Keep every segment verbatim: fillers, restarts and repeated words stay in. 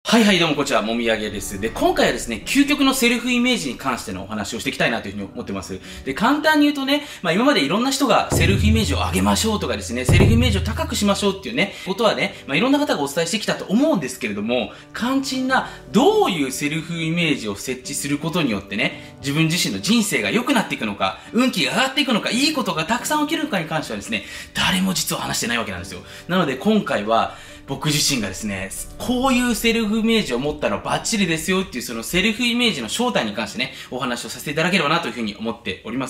はいはいどうもこんにちは、もみあげです。で、今回はですね、究極のセルフイメージに関してのお話をしていきたいなというふうに思ってます。で、簡単に言うとね、まあ今までいろんな人がセルフイメージを上げましょうとかですね、セルフイメージを高くしましょうっていうね、ことはね、まあいろんな方がお伝えしてきたと思うんですけれども、肝心な、どういうセルフイメージを設置することによってね、自分自身の人生が良くなっていくのか、運気が上がっていくのか、いいことがたくさん起きるのかに関してはですね、誰も実は話してないわけなんですよ。なので今回は、僕自身がですね、こういうセルフイメージを持ったのバッチリですよっていうそのセルフイメージの正体に関してね、お話をさせていただければなというふうに思っております。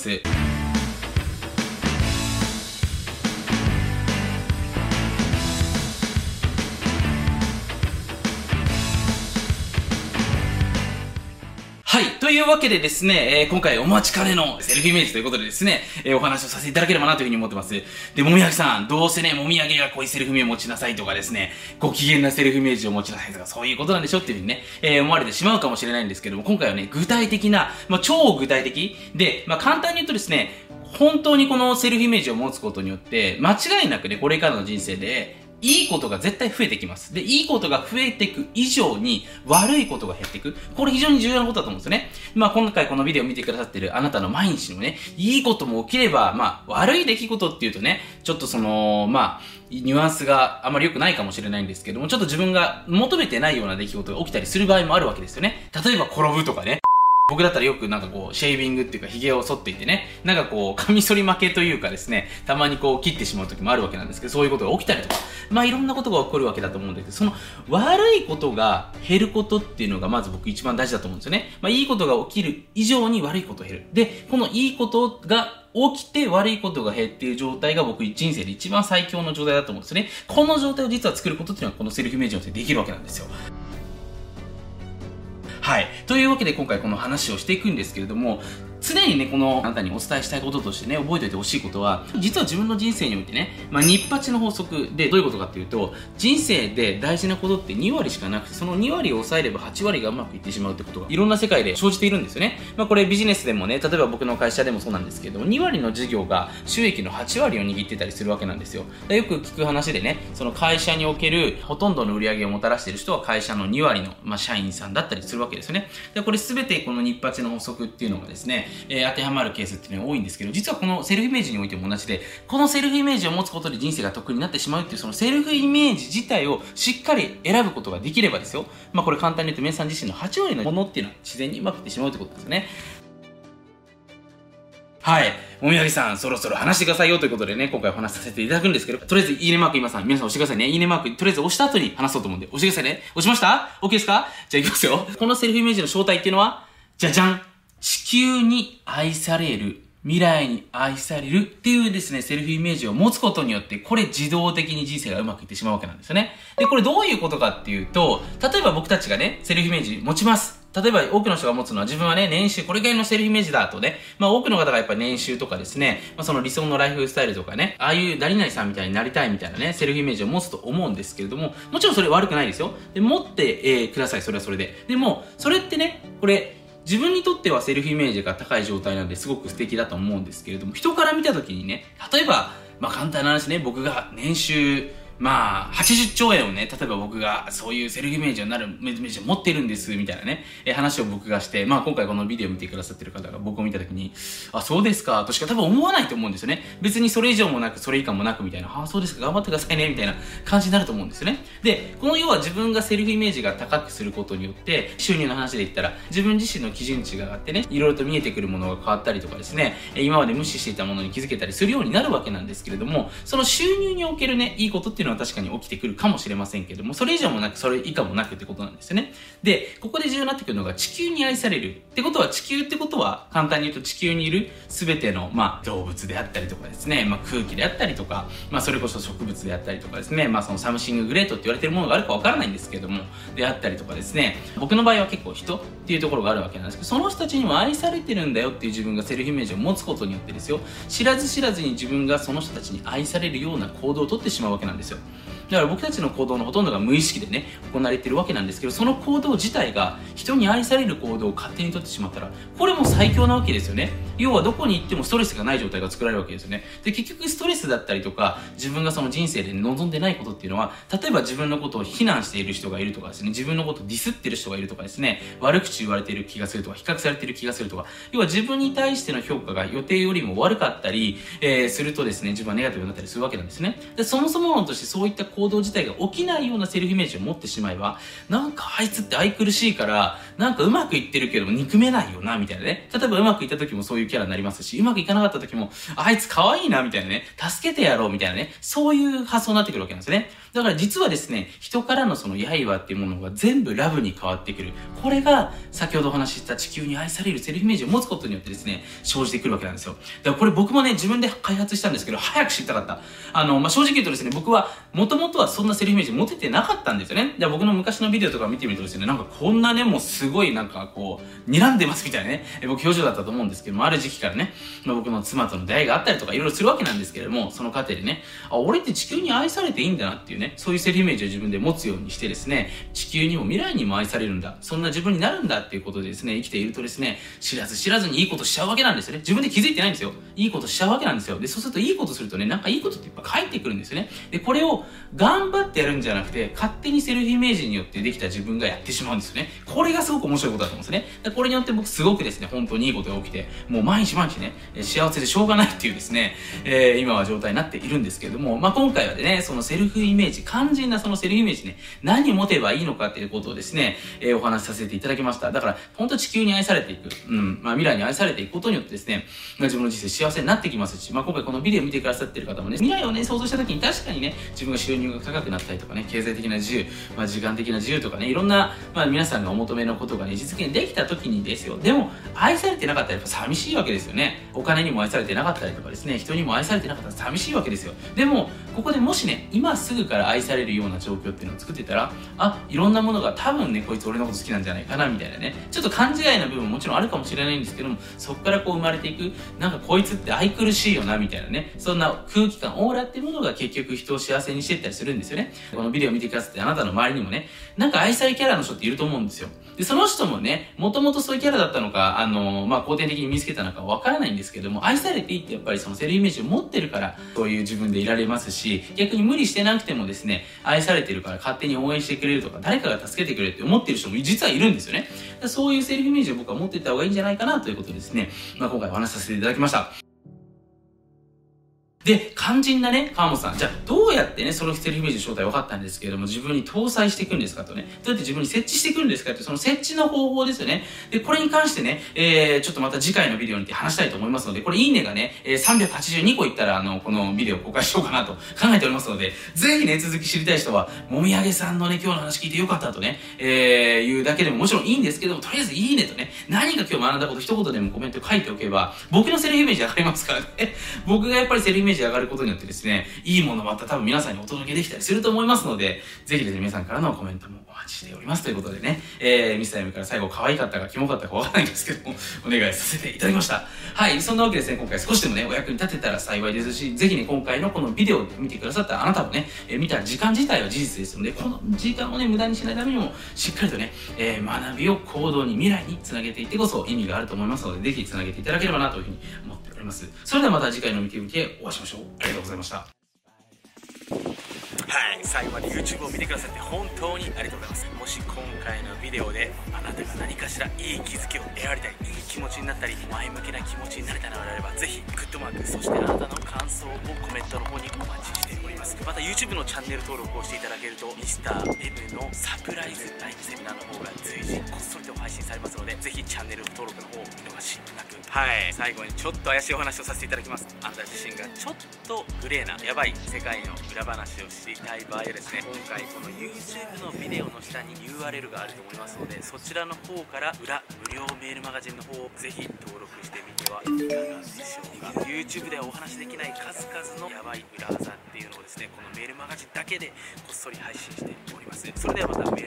はい。というわけでですね、えー、今回お待ちかねのセルフイメージということでですね、えー、お話をさせていただければなというふうに思ってます。で、もみあげさん、どうせね、もみあげがこういうセルフイメージを持ちなさいとかですね、ご機嫌なセルフイメージを持ちなさいとか、そういうことなんでしょっていうふうにね、えー、思われてしまうかもしれないんですけども、今回はね、具体的な、まあ、超具体的で、まあ、簡単に言うとですね、本当にこのセルフイメージを持つことによって、間違いなくね、これからの人生で、いいことが絶対増えてきます。で、いいことが増えていく以上に悪いことが減っていく。これ非常に重要なことだと思うんですよね。まあ今回このビデオを見てくださってるあなたの毎日のね、いいことも起きれば、まあ悪い出来事っていうとね、ちょっとその、まあ、ニュアンスがあまり良くないかもしれないんですけども、ちょっと自分が求めてないような出来事が起きたりする場合もあるわけですよね。例えば転ぶとかね。僕だったらよくなんかこう、シェービングっていうか髭を剃っていてね、なんかこう、カミソリ負けというかですね、たまにこう切ってしまう時もあるわけなんですけど、そういうことが起きたりとか、まあいろんなことが起こるわけだと思うんですけど、その悪いことが減ることっていうのがまず僕一番大事だと思うんですよね。まあいいことが起きる以上に悪いことが減る。で、このいいことが起きて悪いことが減っている状態が僕人生で一番最強の状態だと思うんですよね。この状態を実は作ることっていうのはこのセルフイメージによってできるわけなんですよ。はい。というわけで今回この話をしていくんですけれども、常にね、このあなたにお伝えしたいこととしてね、覚えておいてほしいことは、実は自分の人生においてね、まあ、ニッパチの法則でどういうことかっていうと、人生で大事なことってにわりしかなくて、そのにわりを抑えればはちわりがうまくいってしまうってことが、いろんな世界で生じているんですよね。まあこれビジネスでもね、例えば僕の会社でもそうなんですけども、にわりの事業が収益のはちわりを握ってたりするわけなんですよ。よく聞く話でね、その会社におけるほとんどの売り上げをもたらしている人は会社のにわりの、まあ、社員さんだったりするわけですよね。で、これすべてこのニッパチの法則っていうのがですね、えー、当てはまるケースっていうのが多いんですけど、実はこのセルフイメージにおいても同じで、このセルフイメージを持つことで人生が得になってしまうっていうそのセルフイメージ自体をしっかり選ぶことができればですよ。まあこれ簡単に言うと皆さん自身のはちわりのものっていうのは自然にうまくいってしまうってことですよね。はい。もみあげさん、そろそろ話してくださいよということでね、今回お話しさせていただくんですけど、とりあえずいいねマーク今さん、皆さん押してくださいね。いいねマーク、とりあえず押した後に話そうと思うんで、押してくださいね。押しました ?OK ですか？じゃあいきますよ。このセルフイメージの正体っていうのは、じゃじゃん！地球に愛される。未来に愛されるっていうですね、セルフイメージを持つことによって、これ自動的に人生がうまくいってしまうわけなんですよね。で、これどういうことかっていうと、例えば僕たちがね、セルフイメージ持ちます。例えば多くの人が持つのは自分はね、年収これぐらいのセルフイメージだとね、まあ多くの方がやっぱり年収とかですね、まあその理想のライフスタイルとかね、ああいう誰々さんみたいになりたいみたいなね、セルフイメージを持つと思うんですけれども、もちろんそれ悪くないですよ。で、持って、えー、ください、それはそれで。でも、それってね、これ、自分にとってはセルフイメージが高い状態なんですごく素敵だと思うんですけれども、人から見た時にね、例えば、まあ簡単な話ね、僕が年収、まあ、はちじゅっちょうえんをね、例えば僕がそういうセルフイメージになるイメージを持ってるんです、みたいなね、え話を僕がして、まあ今回このビデオを見てくださってる方が僕を見たときに、あ、そうですか、としか多分思わないと思うんですよね。別にそれ以上もなく、それ以下もなくみたいな、あ、そうですか、頑張ってくださいね、みたいな感じになると思うんですよね。で、この要は自分がセルフイメージが高くすることによって、収入の話で言ったら、自分自身の基準値が上がってね、いろいろと見えてくるものが変わったりとかですね、今まで無視していたものに気づけたりするようになるわけなんですけれども、その収入におけるね、いいことっていうのは確かに起きてくるかもしれませんけども、それ以上もなくそれ以下もなくってことなんですよね。で、ここで重要になってくるのが地球に愛されるってことは、地球ってことは簡単に言うと地球にいる全てのまあ動物であったりとかですね、まあ空気であったりとか、まあそれこそ植物であったりとかですね、まあそのサムシンググレートって言われてるものがあるかわからないんですけども、であったりとかですね、僕の場合は結構人っていうところがあるわけなんですけど、その人たちにも愛されてるんだよっていう自分がセルフイメージを持つことによってですよ、知らず知らずに自分がその人たちに愛されるような行動をとってしまうわけなんですよ。 だから僕たちの行動のほとんどが無意識でね、行われているわけなんですけど、その行動自体が人に愛される行動を勝手にとってしまったら、これも最強なわけですよね。要はどこに行ってもストレスがない状態が作られるわけですよね。で、結局ストレスだったりとか、自分がその人生で望んでないことっていうのは、例えば自分のことを非難している人がいるとかですね、自分のことをディスってる人がいるとかですね、悪口言われている気がするとか、比較されている気がするとか、要は自分に対しての評価が予定よりも悪かったり、えー、するとですね、自分はネガティブになったりするわけなんですね。で、そもそも論としてそういった行動自体が起きないようなセルフイメージを持ってしまえば、なんかあいつって愛くるしいから、なんかうまくいってるけど憎めないよな、みたいなね。例えばうまくいった時もそういうキャラになりますし、うまくいかなかった時も、あいつ可愛いな、みたいなね。助けてやろう、みたいなね。そういう発想になってくるわけなんですね。だから実はですね、人からのその刃っていうものが全部ラブに変わってくる。これが先ほどお話しした地球に愛されるセルフイメージを持つことによってですね、生じてくるわけなんですよ。だからこれ僕もね、自分で開発したんですけど、早く知りたかった。あの、まあ、正直言うとですね、僕は元々はそんなセルフイメージ持ててなかったんですよね。だから僕の昔のビデオとか見てみるとですね、なんかこんなね、もうすごいなんかこう、睨んでますみたいなね、僕表情だったと思うんですけども、ある時期からね、まあ、僕の妻との出会いがあったりとかいろいろするわけなんですけれども、その過程でね、あ、俺って地球に愛されていいんだなっていうね、そういうセルフイメージを自分で持つようにしてですね、地球にも未来にも愛されるんだ、そんな自分になるんだっていうことでですね、生きているとですね、知らず知らずにいいことしちゃうわけなんですよね。自分で気づいてないんですよ。いいことしちゃうわけなんですよ。で、そうするといいことするとね、なんかいいことってやっぱ返ってくるんですよね。で、これを頑張ってやるんじゃなくて、勝手にセルフイメージによってできた自分がやってしまうんですよね。これがすごく面白いことだと思うんですね。で、これによって僕すごくですね、本当にいいことが起きて、もう毎日毎日ね、幸せでしょうがないっていうですね、えー、今は状態になっているんですけれども、まあ、今回はね、そのセルフイメージ、肝心なそのセルフイメージね、何を持てばいいのかっていうことをですね、えー、お話しさせていただきました。だから、本当地球に愛されていく、うん、まあ、未来に愛されていくことによってですね、自分の人生幸せになってきますし、まあ、今回このビデオを見てくださっている方もね、未来をね、想像した時に確かにね、自分が収入が高くなったりとかね、経済的な自由、まあ、時間的な自由とかね、いろんな、まあ、皆さんがお求めのことがね、実現できた時にですよ。でも、愛されてなかったらやっぱ寂しいわけですよね。お金にも愛されてなかったりとかですね、人にも愛されてなかったら寂しいわけですよ。でも、ここでもしね、今すぐから愛されるような状況っていうのを作ってたら、あ、いろんなものが多分ね、こいつ俺のこと好きなんじゃないかな、みたいなね。ちょっと勘違いな部分ももちろんあるかもしれないんですけども、そこからこう生まれていく、なんかこいつって愛くるしいよな、みたいなね。そんな空気感、オーラっていうものが結局人を幸せにしていったりするんですよね。このビデオを見てくださってあなたの周りにもね、なんか愛されキャラの人っていると思うんですよ。で、その人もね、もともとそういうキャラだったのか、あのー、まあ、後天的に見つけたのかわからないんですけども、愛されていいってやっぱりそのセルフイメージを持ってるから、そういう自分でいられますし、逆に無理してなくてもですね、愛されてるから勝手に応援してくれるとか、誰かが助けてくれるって思ってる人も実はいるんですよね。そういうセルフイメージを僕は持っていった方がいいんじゃないかなということでですね、まあ、今回お話しさせていただきました。で、肝心なね、川本さん。じゃあ、どうやってね、そのセルフイメージの正体分かったんですけれども、自分に搭載していくんですかとね、どうやって自分に設置していくんですかって、その設置の方法ですよね。で、これに関してね、えー、ちょっとまた次回のビデオにて話したいと思いますので、これいいねがね、えー、さんびゃくはちじゅうにこいったら、あの、このビデオを公開しようかなと考えておりますので、ぜひね、続き知りたい人は、もみあげさんのね、今日の話聞いてよかったとね、えー、言うだけでももちろんいいんですけども、とりあえずいいねとね、何か今日学んだこと一言でもコメント書いておけば、僕のセルフイメージ上がりますからね。僕がやっぱりセルフイメージ上がることによってですね、いいものまた多分皆さんにお届けできたりすると思いますので、ぜひですね、皆さんからのコメントもお待ちしておりますということでね、えー、ミスター M から最後可愛かったかキモかったかわからないんですけども、お願いさせていただきました。はい、そんなわけですね、今回少しでもね、お役に立てたら幸いですし、ぜひね、今回のこのビデオを見てくださったあなたもね、えー、見た時間自体は事実ですので、この時間をね、無駄にしないためにも、しっかりとね、えー、学びを行動に未来につなげていってこそ意味があると思いますので、ぜひつなげていただければなというふうに思っております。それではまた次回の見てみてお会いしましょう。ありがとうございました。はい、最後まで YouTube を見てくださって本当にありがとうございます。もし今回のビデオであなたが何かしらいい気づきを得られたり、いい気持ちになったり、前向きな気持ちになれたのであれば、ぜひグッドマーク、そしてあなたの感想をコメントの方にお待ちしております。また YouTube のチャンネル登録をしていただけると ミスター M のサプライズライブセミナーの方が随時こっそりと配信されますので、ぜひチャンネル登録の方を見逃しなく。はい、最後にちょっと怪しいお話をさせていただきます。あなた自身がちょっとグレーなヤバい世界の裏話を知りたい場合はですね、今回この YouTube のビデオの下に ユーアールエル があると思いますので、そちらの方から裏無料メールマガジンの方をぜひ登録してみてはいかがでしょうか。 YouTube ではお話しできない数々のヤバい裏技っていうのをですね、このメールマガジンだけでこっそり配信しております。それではまた